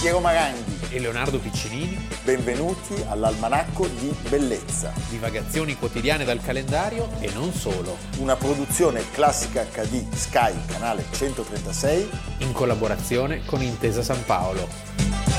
Piero Maranghi e Leonardo Piccinini. Benvenuti all'Almanacco di Bellezza. Divagazioni quotidiane dal calendario e non solo. Una produzione Classica HD Sky, canale 136, in collaborazione con Intesa San Paolo.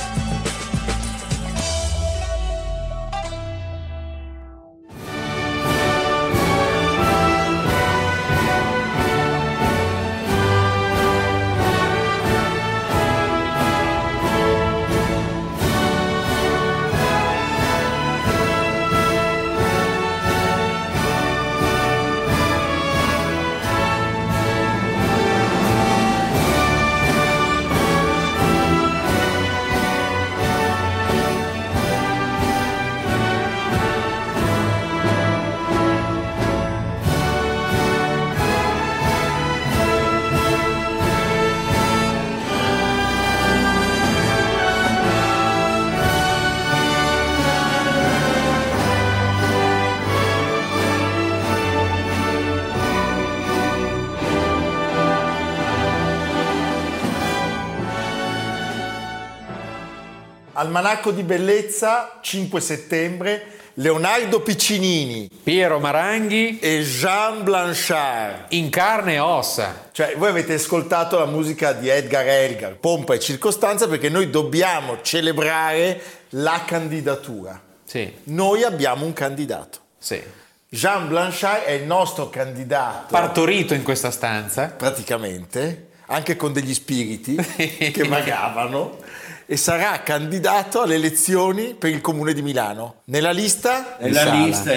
Almanacco di Bellezza, 5 settembre, Leonardo Piccinini, Piero Maranghi e Jean Blanchard. In carne e ossa. Cioè, voi avete ascoltato la musica di Edgar Elgar, Pompa e Circostanza, perché noi dobbiamo celebrare la candidatura. Sì. Noi abbiamo un candidato. Sì. Jean Blanchard è il nostro candidato. Partorito in questa stanza. Praticamente, anche con degli spiriti che vagavano. E sarà candidato alle elezioni per il Comune di Milano. Nella lista? Nella lista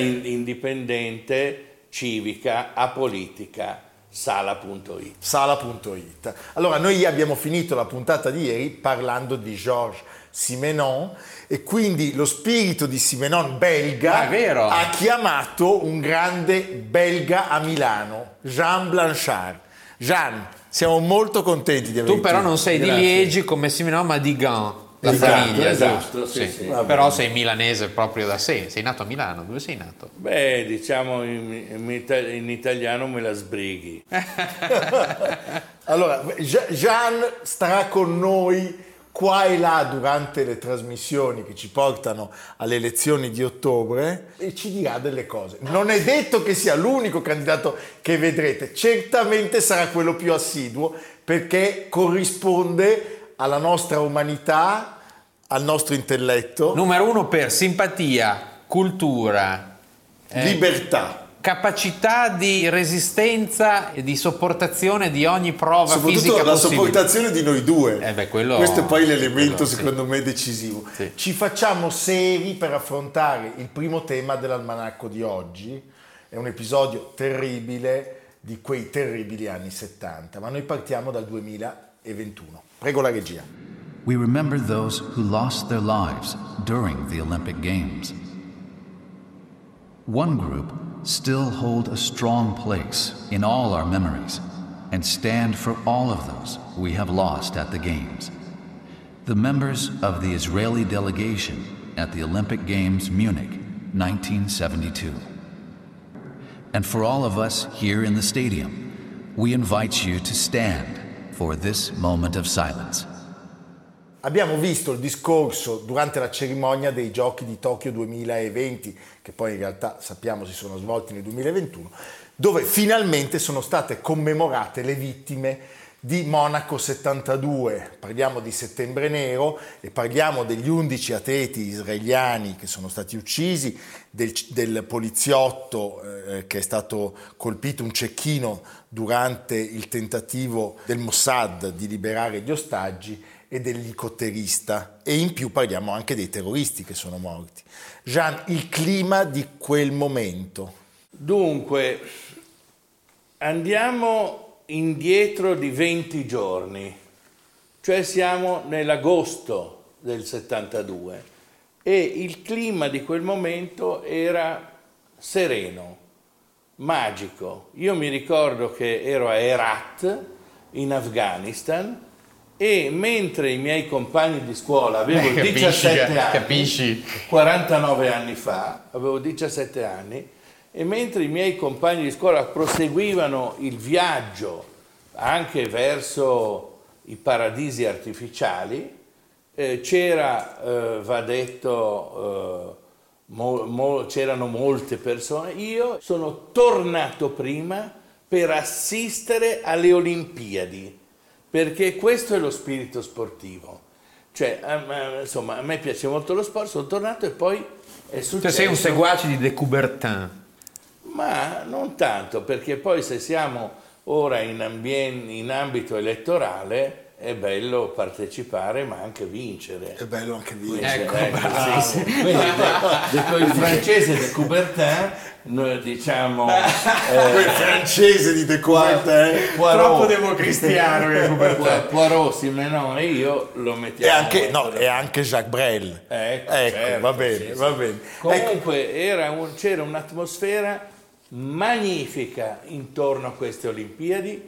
indipendente, civica, apolitica, sala.it. Sala.it. Allora, noi abbiamo finito la puntata di ieri parlando di Georges Simenon e quindi lo spirito di Simenon belga ha chiamato un grande belga a Milano, Jean Blanchard. Jean, siamo molto contenti di averti. Tu però non sei di Liegi come Simenon, ma di Gand, la famiglia, esatto, sì. Sì. Però sei milanese proprio da sé. Sei nato a Milano. Dove sei nato? Beh, diciamo in italiano me la sbrighi. Allora, Jean starà con noi qua e là durante le trasmissioni che ci portano alle elezioni di ottobre e ci dirà delle cose. Non è detto che sia l'unico candidato che vedrete, certamente sarà quello più assiduo perché corrisponde alla nostra umanità, al nostro intelletto. Numero uno per simpatia, cultura, libertà. Capacità di resistenza e di sopportazione di ogni prova soprattutto fisica la possibile. Sopportazione di noi due. Questo è poi l'elemento secondo me decisivo. Sì. Ci facciamo seri per affrontare il primo tema dell'almanacco di oggi. È un episodio terribile di quei terribili anni 70, ma noi partiamo dal 2021. Prego la regia. We remember those who lost their lives during the Olympic Games. One group still hold a strong place in all our memories and stand for all of those we have lost at the Games. The members of the Israeli delegation at the Olympic Games Munich, 1972. And for all of us here in the stadium, we invite you to stand for this moment of silence. Abbiamo visto il discorso durante la cerimonia dei Giochi di Tokyo 2020, che poi in realtà sappiamo si sono svolti nel 2021, dove finalmente sono state commemorate le vittime di Monaco 72. Parliamo di Settembre Nero e parliamo degli 11 atleti israeliani che sono stati uccisi, del poliziotto che è stato colpito, un cecchino, durante il tentativo del Mossad di liberare gli ostaggi, e dell'elicotterista, e in più parliamo anche dei terroristi che sono morti. Jean, il clima di quel momento. Dunque, andiamo indietro di 20 giorni, cioè siamo nell'agosto del 72 e il clima di quel momento era sereno, magico. Io mi ricordo che ero a Herat in Afghanistan e mentre i miei compagni di scuola, avevo 17 anni, 49 anni fa, avevo 17 anni, e mentre i miei compagni di scuola proseguivano il viaggio anche verso i paradisi artificiali, Va detto, c'erano molte persone. Io sono tornato prima per assistere alle Olimpiadi, perché questo è lo spirito sportivo. Cioè, insomma, a me piace molto lo sport, sono tornato e poi è successo... Cioè sei un seguace di De Coubertin. Ma non tanto, perché poi se siamo ora in ambito elettorale è bello partecipare ma anche vincere. È bello anche vincere. Ecco, Sì. Quindi il francese de Coubertin, noi diciamo... Quel francese di De Coubertin. Troppo democristiano che Coubertin. Poirot, Simenon e io lo mettiamo. E anche Jacques Brel. Ecco, Certo, va bene, sì, va sì. bene. Comunque c'era un'atmosfera magnifica intorno a queste Olimpiadi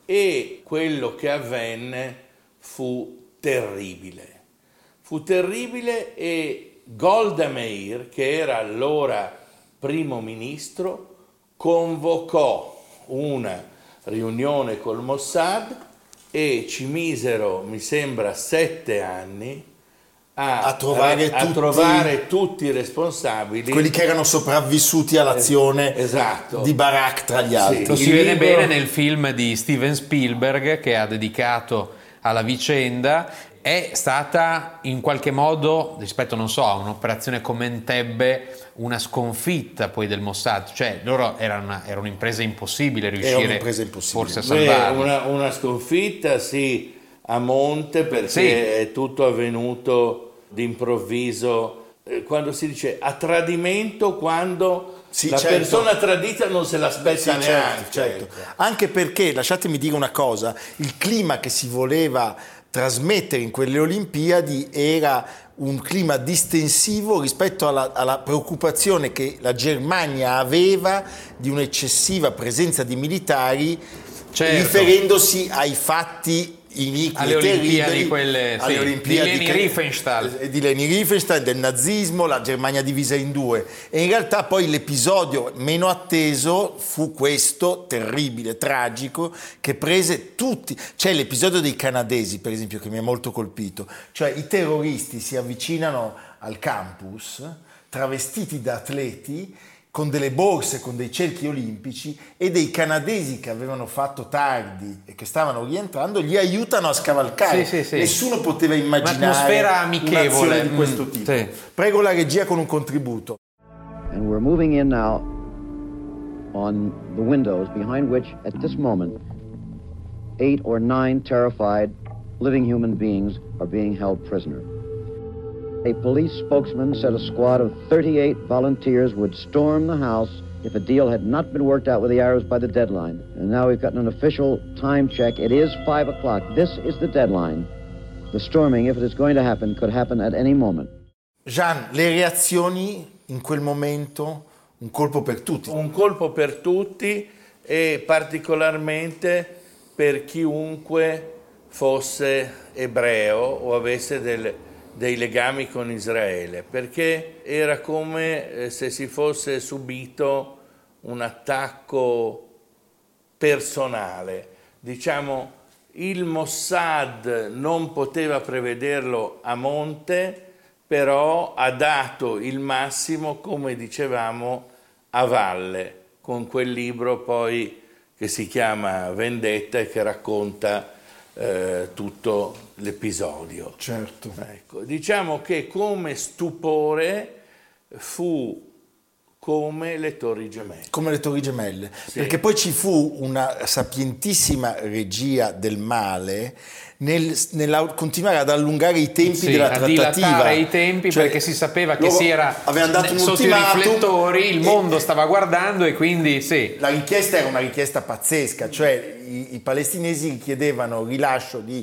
e quello che avvenne fu terribile. Fu terribile e Golda Meir, che era allora primo ministro, convocò una riunione col Mossad e ci misero, mi sembra, 7 anni a trovare tutti i responsabili, quelli che erano sopravvissuti all'azione esatto. di Barak tra gli altri. Lo si vede bene nel film di Steven Spielberg che ha dedicato alla vicenda. È stata in qualche modo, rispetto non so a un'operazione come Entebbe, una sconfitta poi del Mossad, cioè loro era un'impresa impossibile riuscire forse a salvarli. Una sconfitta sì, a monte, perché sì, è tutto avvenuto d'improvviso, quando si dice a tradimento, quando la persona tradita non se l'aspetta neanche. Certo. Anche perché, lasciatemi dire una cosa, il clima che si voleva trasmettere in quelle Olimpiadi era un clima distensivo rispetto alla preoccupazione che la Germania aveva di un'eccessiva presenza di militari, riferendosi ai fatti iniqui alle Olimpiadi, alle Olimpiadi di Leni Riefenstahl, del nazismo, la Germania divisa in due. E in realtà poi l'episodio meno atteso fu questo terribile, tragico, che prese tutti. C'è l'episodio dei canadesi, per esempio, che mi ha molto colpito. Cioè i terroristi si avvicinano al campus travestiti da atleti, con delle borse, con dei cerchi olimpici, e dei canadesi che avevano fatto tardi e che stavano rientrando li aiutano a scavalcare. Sì. Nessuno poteva immaginare un'atmosfera amichevole un'azione di questo tipo. Sì. Prego la regia con un contributo. And we're moving in now on the windows behind which at this moment 8 or 9 terrified living human beings are being held prisoner. A police spokesman said a squad of 38 volunteers would storm the house if a deal had not been worked out with the Arabs by the deadline. And now we've gotten an official time check. It is 5 o'clock. This is the deadline. The storming, if it is going to happen, could happen at any moment. Jean, le reazioni in quel momento, un colpo per tutti. Un colpo per tutti e particolarmente per chiunque fosse ebreo o avesse dei legami con Israele, perché era come se si fosse subito un attacco personale. Diciamo, il Mossad non poteva prevederlo a monte, però ha dato il massimo, come dicevamo, a valle, con quel libro poi che si chiama Vendetta e che racconta tutto l'episodio. Certo. Ecco, diciamo che come stupore fu come le Torri Gemelle. Come le Torri Gemelle, sì. Perché poi ci fu una sapientissima regia del male nel continuare ad allungare i tempi della trattativa. A dilatare i tempi, cioè, perché si sapeva che si era sotto i riflettori, il mondo stava guardando e quindi sì. La richiesta era una richiesta pazzesca, cioè i palestinesi chiedevano il rilascio di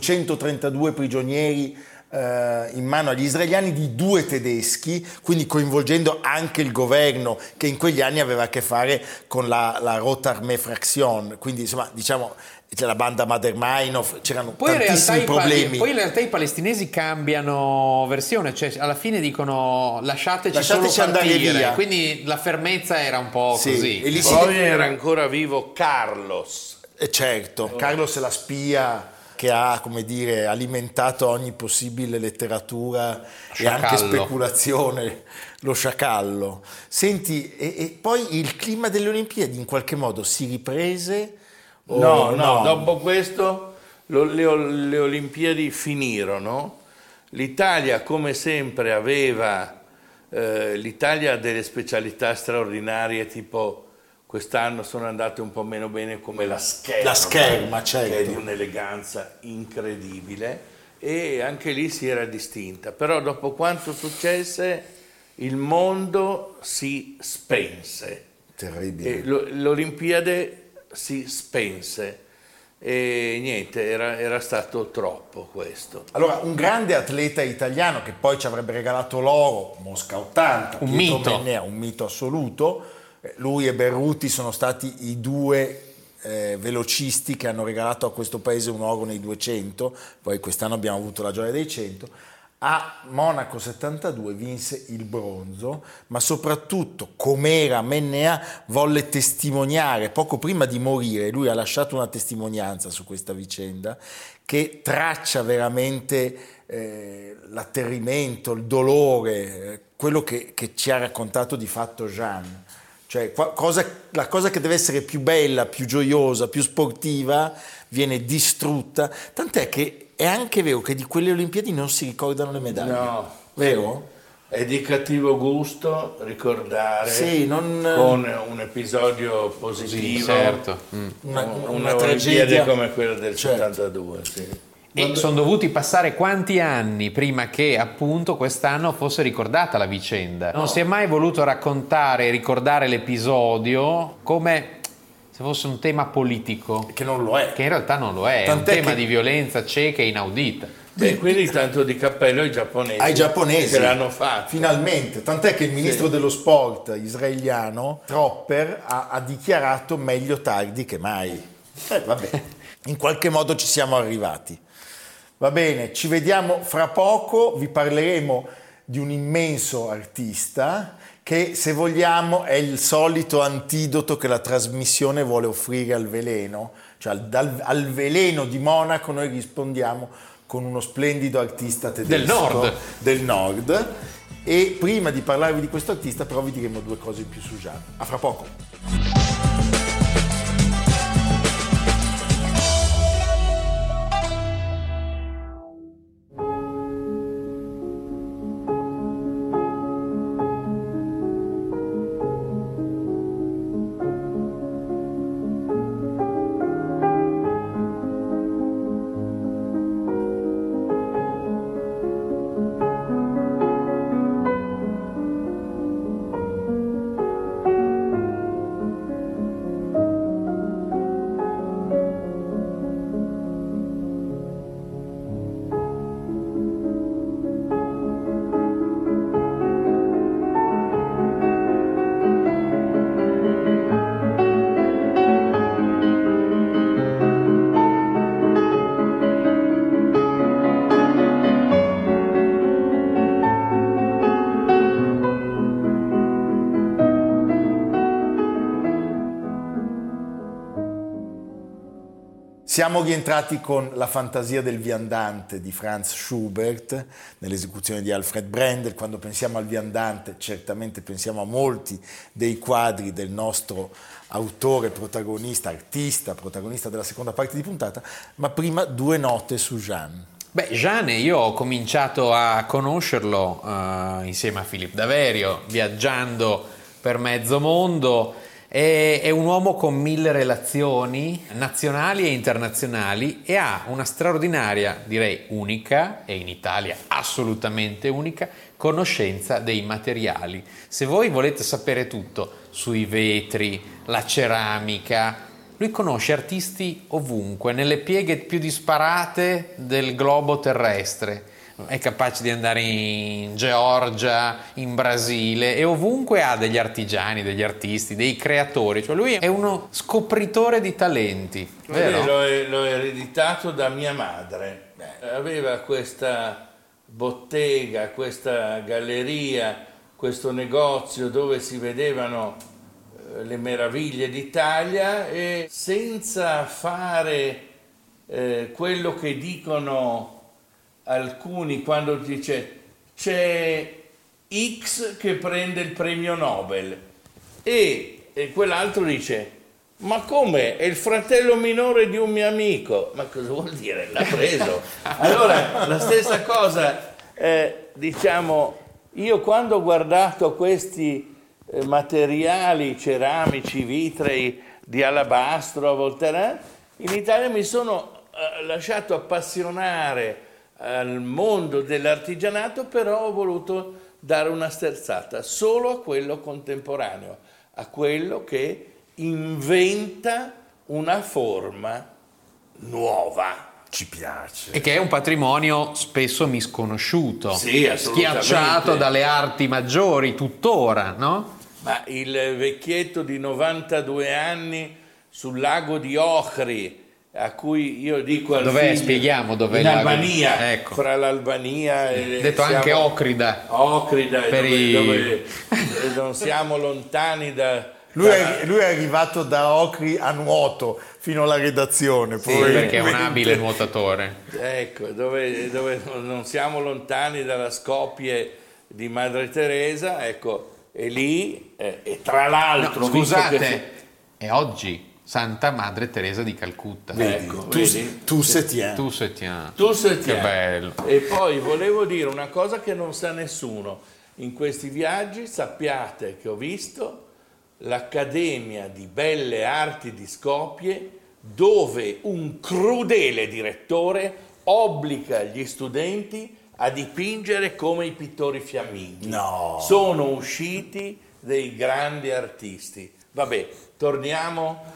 232 prigionieri in mano agli israeliani, di 2 tedeschi, quindi coinvolgendo anche il governo che in quegli anni aveva a che fare con la Rote Armee Fraktion, quindi insomma diciamo c'è la banda Madermainov, c'erano tantissimi problemi. Poi in realtà i palestinesi cambiano versione, cioè alla fine dicono lasciateci solo andare via. Quindi la fermezza era un po' così. E lì poi era ancora vivo Carlos. Certo, Carlos è la spia che ha, come dire, alimentato ogni possibile letteratura e anche speculazione, lo sciacallo. Senti, e poi il clima delle Olimpiadi in qualche modo si riprese? No, dopo questo le Olimpiadi finirono. L'Italia, come sempre, l'Italia ha delle specialità straordinarie, tipo quest'anno sono andate un po' meno bene come la scherma, certo, che è di un'eleganza incredibile, e anche lì si era distinta. Però dopo quanto successe il mondo si spense. Terribile. L'Olimpiade si spense. E niente, era stato troppo questo. Allora, un grande atleta italiano che poi ci avrebbe regalato l'oro, Mosca 80, un Pietro mito. Mennea, un mito assoluto. Lui e Berruti sono stati i due velocisti che hanno regalato a questo paese un oro nei 200, poi quest'anno abbiamo avuto la gioia dei 100. A Monaco 72 vinse il bronzo, ma soprattutto, com'era Mennea, volle testimoniare, poco prima di morire, lui ha lasciato una testimonianza su questa vicenda che traccia veramente l'atterrimento, il dolore, quello che ci ha raccontato di fatto Jeanne. Cioè, la cosa che deve essere più bella, più gioiosa, più sportiva, viene distrutta, tant'è che è anche vero che di quelle Olimpiadi non si ricordano le medaglie. No. Vero? È di cattivo gusto ricordare con un episodio positivo, sì, certo. una tragedia Olimpiade come quella del certo. 72. Sì. E sono dovuti passare quanti anni prima che appunto quest'anno fosse ricordata la vicenda? Non si è mai voluto raccontare e ricordare l'episodio come se fosse un tema politico. Che non lo è. Che in realtà non lo è, Tant'è è un tema che- di violenza cieca e inaudita. Beh, quindi tanto di cappello ai giapponesi che l'hanno fatto. Finalmente, tant'è che il ministro dello sport israeliano, Tropper, ha dichiarato meglio tardi che mai. Vabbè, in qualche modo ci siamo arrivati. Va bene, ci vediamo fra poco, vi parleremo di un immenso artista che, se vogliamo, è il solito antidoto che la trasmissione vuole offrire al veleno. Cioè al veleno di Monaco noi rispondiamo con uno splendido artista tedesco del nord. E prima di parlarvi di questo artista però vi diremo due cose in più su Jeanne. A fra poco. Siamo rientrati con La fantasia del viandante di Franz Schubert nell'esecuzione di Alfred Brendel. Quando pensiamo al viandante certamente pensiamo a molti dei quadri del nostro autore, protagonista, artista, protagonista della seconda parte di puntata, ma prima due note su Jeanne. Beh, Jeanne, io ho cominciato a conoscerlo insieme a Philippe Daverio, viaggiando per mezzo mondo. È un uomo con 1000 relazioni nazionali e internazionali e ha una straordinaria, direi unica, e in Italia assolutamente unica, conoscenza dei materiali. Se voi volete sapere tutto sui vetri, la ceramica, lui conosce artisti ovunque, nelle pieghe più disparate del globo terrestre. È capace di andare in Georgia, in Brasile, e ovunque ha degli artigiani, degli artisti, dei creatori. Cioè lui è uno scopritore di talenti, vero? L'ho ereditato da mia madre. Aveva questa bottega, questa galleria, questo negozio dove si vedevano le meraviglie d'Italia, e senza fare quello che dicono alcuni quando dice c'è X che prende il premio Nobel e quell'altro dice ma come? È il fratello minore di un mio amico. Ma cosa vuol dire? L'ha preso. Allora, la stessa cosa, diciamo, io quando ho guardato questi materiali ceramici, vitrei di alabastro a Volterra, in Italia mi sono lasciato appassionare al mondo dell'artigianato, però ho voluto dare una sterzata solo a quello contemporaneo, a quello che inventa una forma nuova. Ci piace. E che è un patrimonio spesso misconosciuto, Sì, assolutamente. schiacciato dalle arti maggiori tuttora, no? Ma il vecchietto di 92 anni sul lago di Ohri, a cui io dico al Dov'è? figlio, Spieghiamo dov'è in il lago. Albania, Ecco. fra l'Albania e Detto anche Ocrida. Ocrida, Per dove non siamo lontani da... Lui è arrivato da Ocri a nuoto fino alla redazione. Sì, perché è un abile nuotatore. Ecco, dove non siamo lontani dalla Scopie di Madre Teresa, ecco, e lì, e tra l'altro... No, visto scusate, che- è oggi Santa Madre Teresa di Calcutta. Ecco, Tu vedi? se tieni. Tu se tieni. Tu sei Che bello. E poi volevo dire una cosa che non sa nessuno. In questi viaggi sappiate che ho visto l'Accademia di Belle Arti di Skopje, dove un crudele direttore obbliga gli studenti a dipingere come i pittori fiamminghi. No. Sono usciti dei grandi artisti. Vabbè, torniamo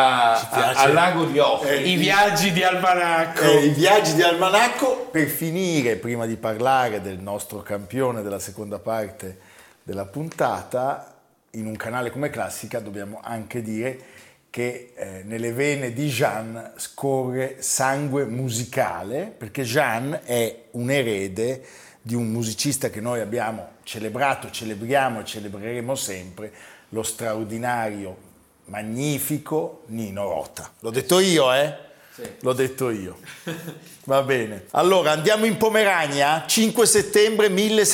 al lago di Ohri. I viaggi di Almanacco. I viaggi di Almanacco. Per finire, prima di parlare del nostro campione della seconda parte della puntata, in un canale come Classica dobbiamo anche dire che nelle vene di Jean scorre sangue musicale, perché Jean è un erede di un musicista che noi abbiamo celebrato, celebriamo e celebreremo sempre, lo straordinario, magnifico Nino Rota. L'ho detto io, eh? Sì. L'ho detto io. Va bene. Allora, andiamo in Pomerania, 5 settembre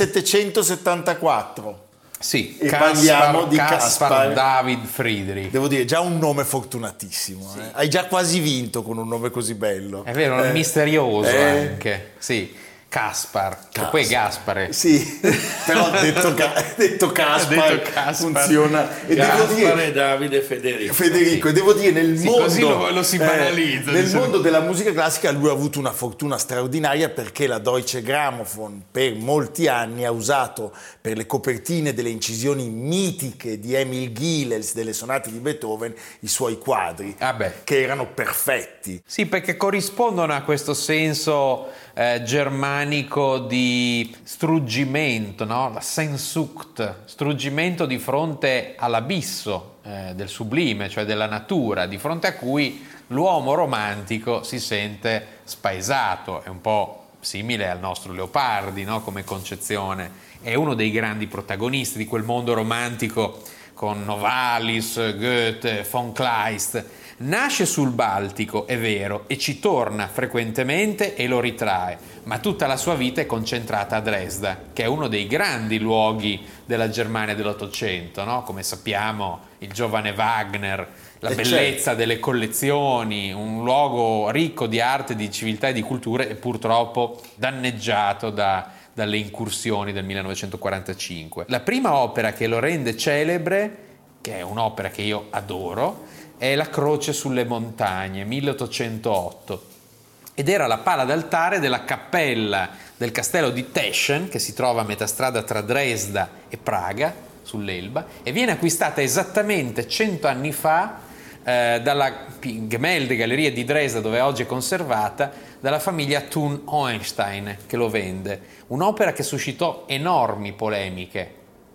1774. Sì, E parliamo di Caspar Caspar David Friedrich. Devo dire, già un nome fortunatissimo. Sì. Hai già quasi vinto con un nome così bello. È vero, misterioso anche. Sì, Caspar, che poi è Gaspare. Sì, però detto Caspar funziona. E devo dire, Davide Federico, e devo dire nel mondo così lo si banalizza, nel diciamo. mondo della musica classica lui ha avuto una fortuna straordinaria, perché la Deutsche Grammophon per molti anni ha usato per le copertine delle incisioni mitiche di Emil Gilels delle sonate di Beethoven i suoi quadri, che erano perfetti. Sì, perché corrispondono a questo senso germanico di struggimento, no? La Sehnsucht, struggimento di fronte all'abisso del sublime, cioè della natura, di fronte a cui l'uomo romantico si sente spaesato. È un po' simile al nostro Leopardi, no? Come concezione. È uno dei grandi protagonisti di quel mondo romantico con Novalis, Goethe, von Kleist. Nasce sul Baltico, è vero, e ci torna frequentemente e lo ritrae, ma tutta la sua vita è concentrata a Dresda, che è uno dei grandi luoghi della Germania dell'Ottocento, no? Come sappiamo, il giovane Wagner, la bellezza delle collezioni, un luogo ricco di arte, di civiltà e di culture, e purtroppo danneggiato dalle incursioni del 1945. La prima opera che lo rende celebre, che è un'opera che io adoro, è La Croce sulle montagne, 1808, ed era la pala d'altare della cappella del castello di Teschen, che si trova a metà strada tra Dresda e Praga, sull'Elba, e viene acquistata esattamente 100 anni fa dalla Gemälde Galleria di Dresda, dove oggi è conservata, dalla famiglia Thun-Hohenstein, che lo vende. Un'opera che suscitò enormi polemiche.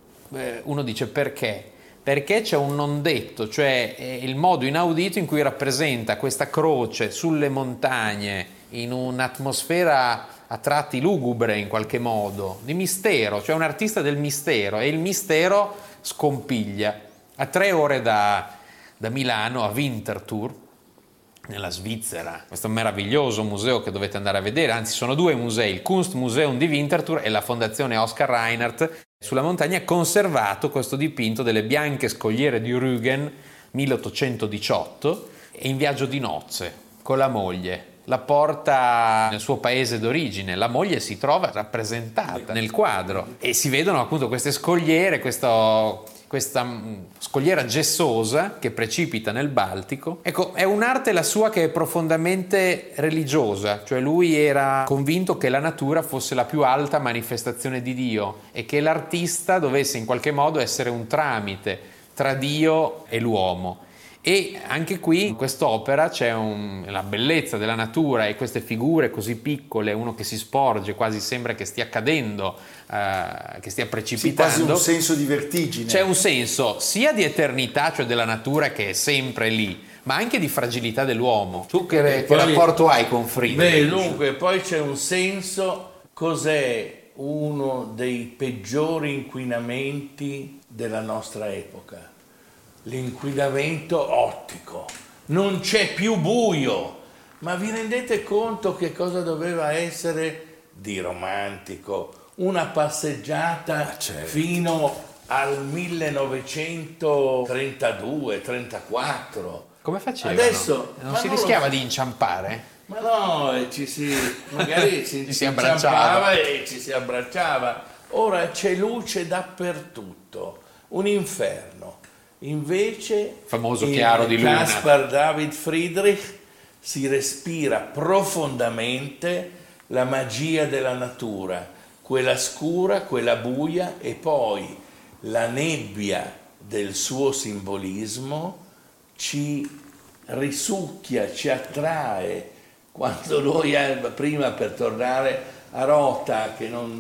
Uno dice perché? Perché c'è un non detto, cioè il modo inaudito in cui rappresenta questa croce sulle montagne in un'atmosfera a tratti lugubre in qualche modo, di mistero, cioè un artista del mistero, e il mistero scompiglia. A 3 ore da Milano, a Winterthur, nella Svizzera. Questo meraviglioso museo che dovete andare a vedere, anzi sono due musei, il Kunstmuseum di Winterthur e la Fondazione Oscar Reinhardt. Sulla montagna è conservato questo dipinto delle bianche scogliere di Rügen 1818, e in viaggio di nozze con la moglie. La porta nel suo paese d'origine, la moglie si trova rappresentata nel quadro e si vedono appunto queste scogliere, questa scogliera gessosa che precipita nel Baltico. Ecco, è un'arte la sua che è profondamente religiosa, cioè lui era convinto che la natura fosse la più alta manifestazione di Dio e che l'artista dovesse in qualche modo essere un tramite tra Dio e l'uomo. E anche qui in quest'opera c'è la bellezza della natura e queste figure così piccole, uno che si sporge, quasi sembra che stia cadendo, che stia precipitando. Sì, quasi un senso di vertigine. C'è un senso sia di eternità, cioè della natura che è sempre lì, ma anche di fragilità dell'uomo. Tu che rapporto hai con Friedrich? Dunque, poi c'è un senso, cos'è uno dei peggiori inquinamenti della nostra epoca? L'inquinamento ottico. Non c'è più buio. Ma vi rendete conto che cosa doveva essere di romantico? Una passeggiata fino al 1932-34. Come facevano? Adesso non si rischiava di inciampare? Ma no, magari si abbracciava e ci si abbracciava. Ora c'è luce dappertutto, un inferno. Invece famoso chiaro di luna. Caspar David Friedrich si respira profondamente la magia della natura, quella scura, quella buia, e poi la nebbia del suo simbolismo ci risucchia, ci attrae. Quando noi, prima, per tornare a Rota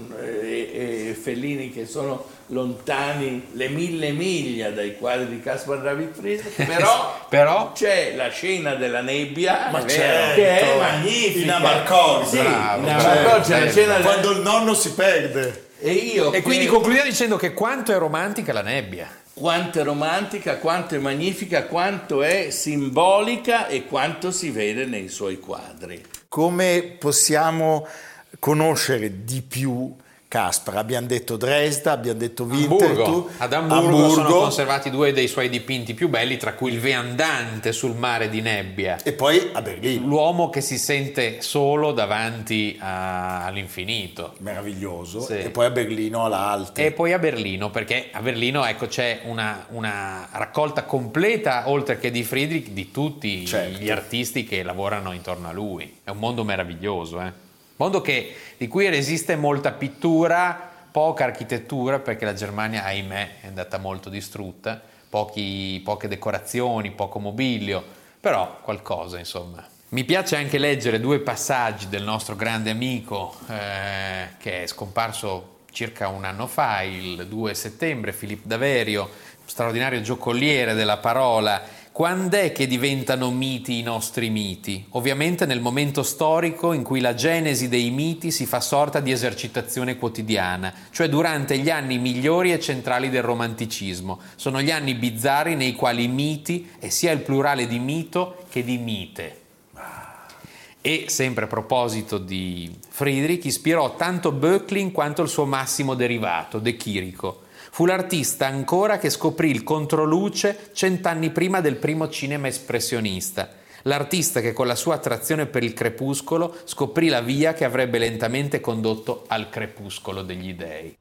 e Fellini, che sono lontani le 1000 miglia dai quadri di Caspar David Friedrich, però c'è la scena della nebbia, che è magnifica. In Amarcord, c'è la scena quando il nonno si perde. E quindi concludiamo dicendo che quanto è romantica la nebbia. Quanto è romantica, quanto è magnifica, quanto è simbolica e quanto si vede nei suoi quadri. Come possiamo conoscere di più Caspar? Abbiamo detto Dresda, abbiamo detto Winterthur. Ad Amburgo sono conservati due dei suoi dipinti più belli, tra cui il Viandante sul mare di nebbia. E poi a Berlino. L'uomo che si sente solo davanti all'infinito. Meraviglioso. Sì. E poi a Berlino alla Alte. E poi a Berlino, perché a Berlino c'è una raccolta completa, oltre che di Friedrich, di tutti gli artisti che lavorano intorno a lui. È un mondo meraviglioso, mondo di cui resiste molta pittura, poca architettura, perché la Germania, ahimè, è andata molto distrutta, poche decorazioni, poco mobilio, però qualcosa, insomma. Mi piace anche leggere due passaggi del nostro grande amico che è scomparso circa un anno fa, il 2 settembre, Philippe Daverio, straordinario giocoliere della parola. Quando è che diventano miti i nostri miti? Ovviamente nel momento storico in cui la genesi dei miti si fa sorta di esercitazione quotidiana, cioè durante gli anni migliori e centrali del romanticismo. Sono gli anni bizzarri nei quali miti è sia il plurale di mito che di mite. E sempre a proposito di Friedrich, ispirò tanto Böcklin quanto il suo massimo derivato, De Chirico. Fu l'artista ancora che scoprì il controluce 100 anni prima del primo cinema espressionista. L'artista che con la sua attrazione per il crepuscolo scoprì la via che avrebbe lentamente condotto al crepuscolo degli dei.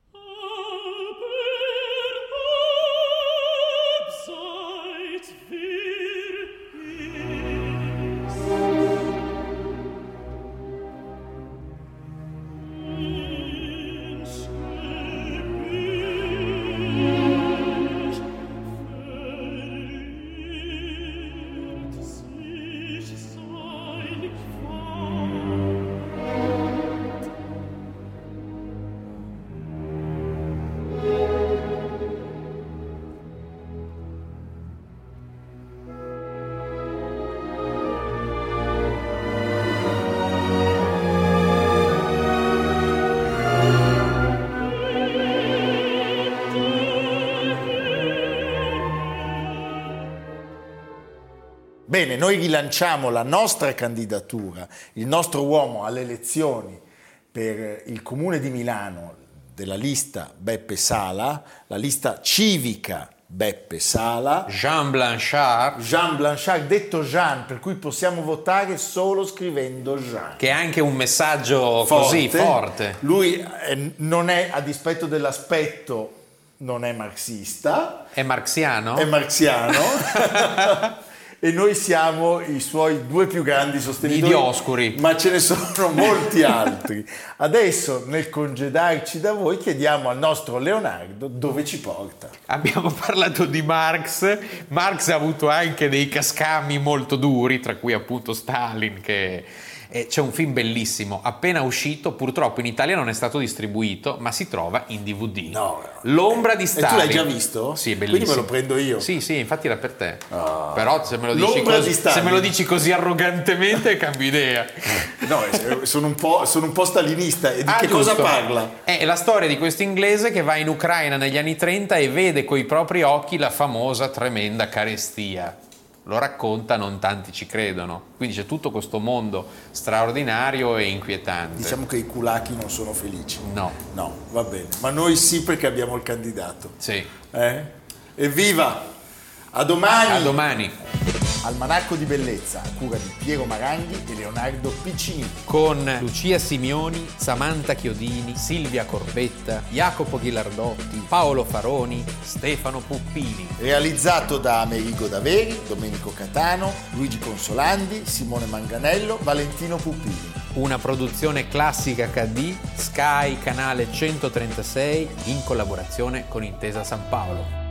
Bene, noi rilanciamo la nostra candidatura, il nostro uomo alle elezioni per il Comune di Milano della lista Beppe Sala, la lista civica Beppe Sala. Jean Blanchard, detto Jean, per cui possiamo votare solo scrivendo Jean. che è anche un messaggio così forte. Lui non è, a dispetto dell'aspetto, non è marxista. È marxiano? È marxiano. E noi siamo i suoi due più grandi sostenitori. I Dioscuri. Ma ce ne sono molti altri. Adesso, nel congedarci da voi, chiediamo al nostro Leonardo dove ci porta. Abbiamo parlato di Marx. Marx ha avuto anche dei cascami molto duri, tra cui appunto Stalin, che... C'è un film bellissimo, appena uscito, purtroppo in Italia non è stato distribuito, ma si trova in DVD. No. L'ombra di Stalin. E tu l'hai già visto? Sì, è bellissimo. Quindi me lo prendo io. Sì, infatti era per te. Oh. Però se me lo dici così arrogantemente cambio idea. No, sono un po' stalinista. E di che cosa parla? È la storia di questo inglese che va in Ucraina negli anni 30 e vede coi propri occhi la famosa tremenda carestia. Lo racconta, non tanti ci credono. Quindi c'è tutto questo mondo straordinario e inquietante. Diciamo che i kulaki non sono felici. No, va bene. Ma noi sì, perché abbiamo il candidato. Sì. Evviva! A domani! A domani! Almanacco di bellezza a cura di Piero Maranghi e Leonardo Piccini. Con Lucia Simioni, Samantha Chiodini, Silvia Corbetta, Jacopo Ghilardotti, Paolo Faroni, Stefano Puppini. Realizzato da Amerigo Daveri, Domenico Catano, Luigi Consolandi, Simone Manganello, Valentino Puppini. Una produzione Classica HD, Sky Canale 136 in collaborazione con Intesa San Paolo.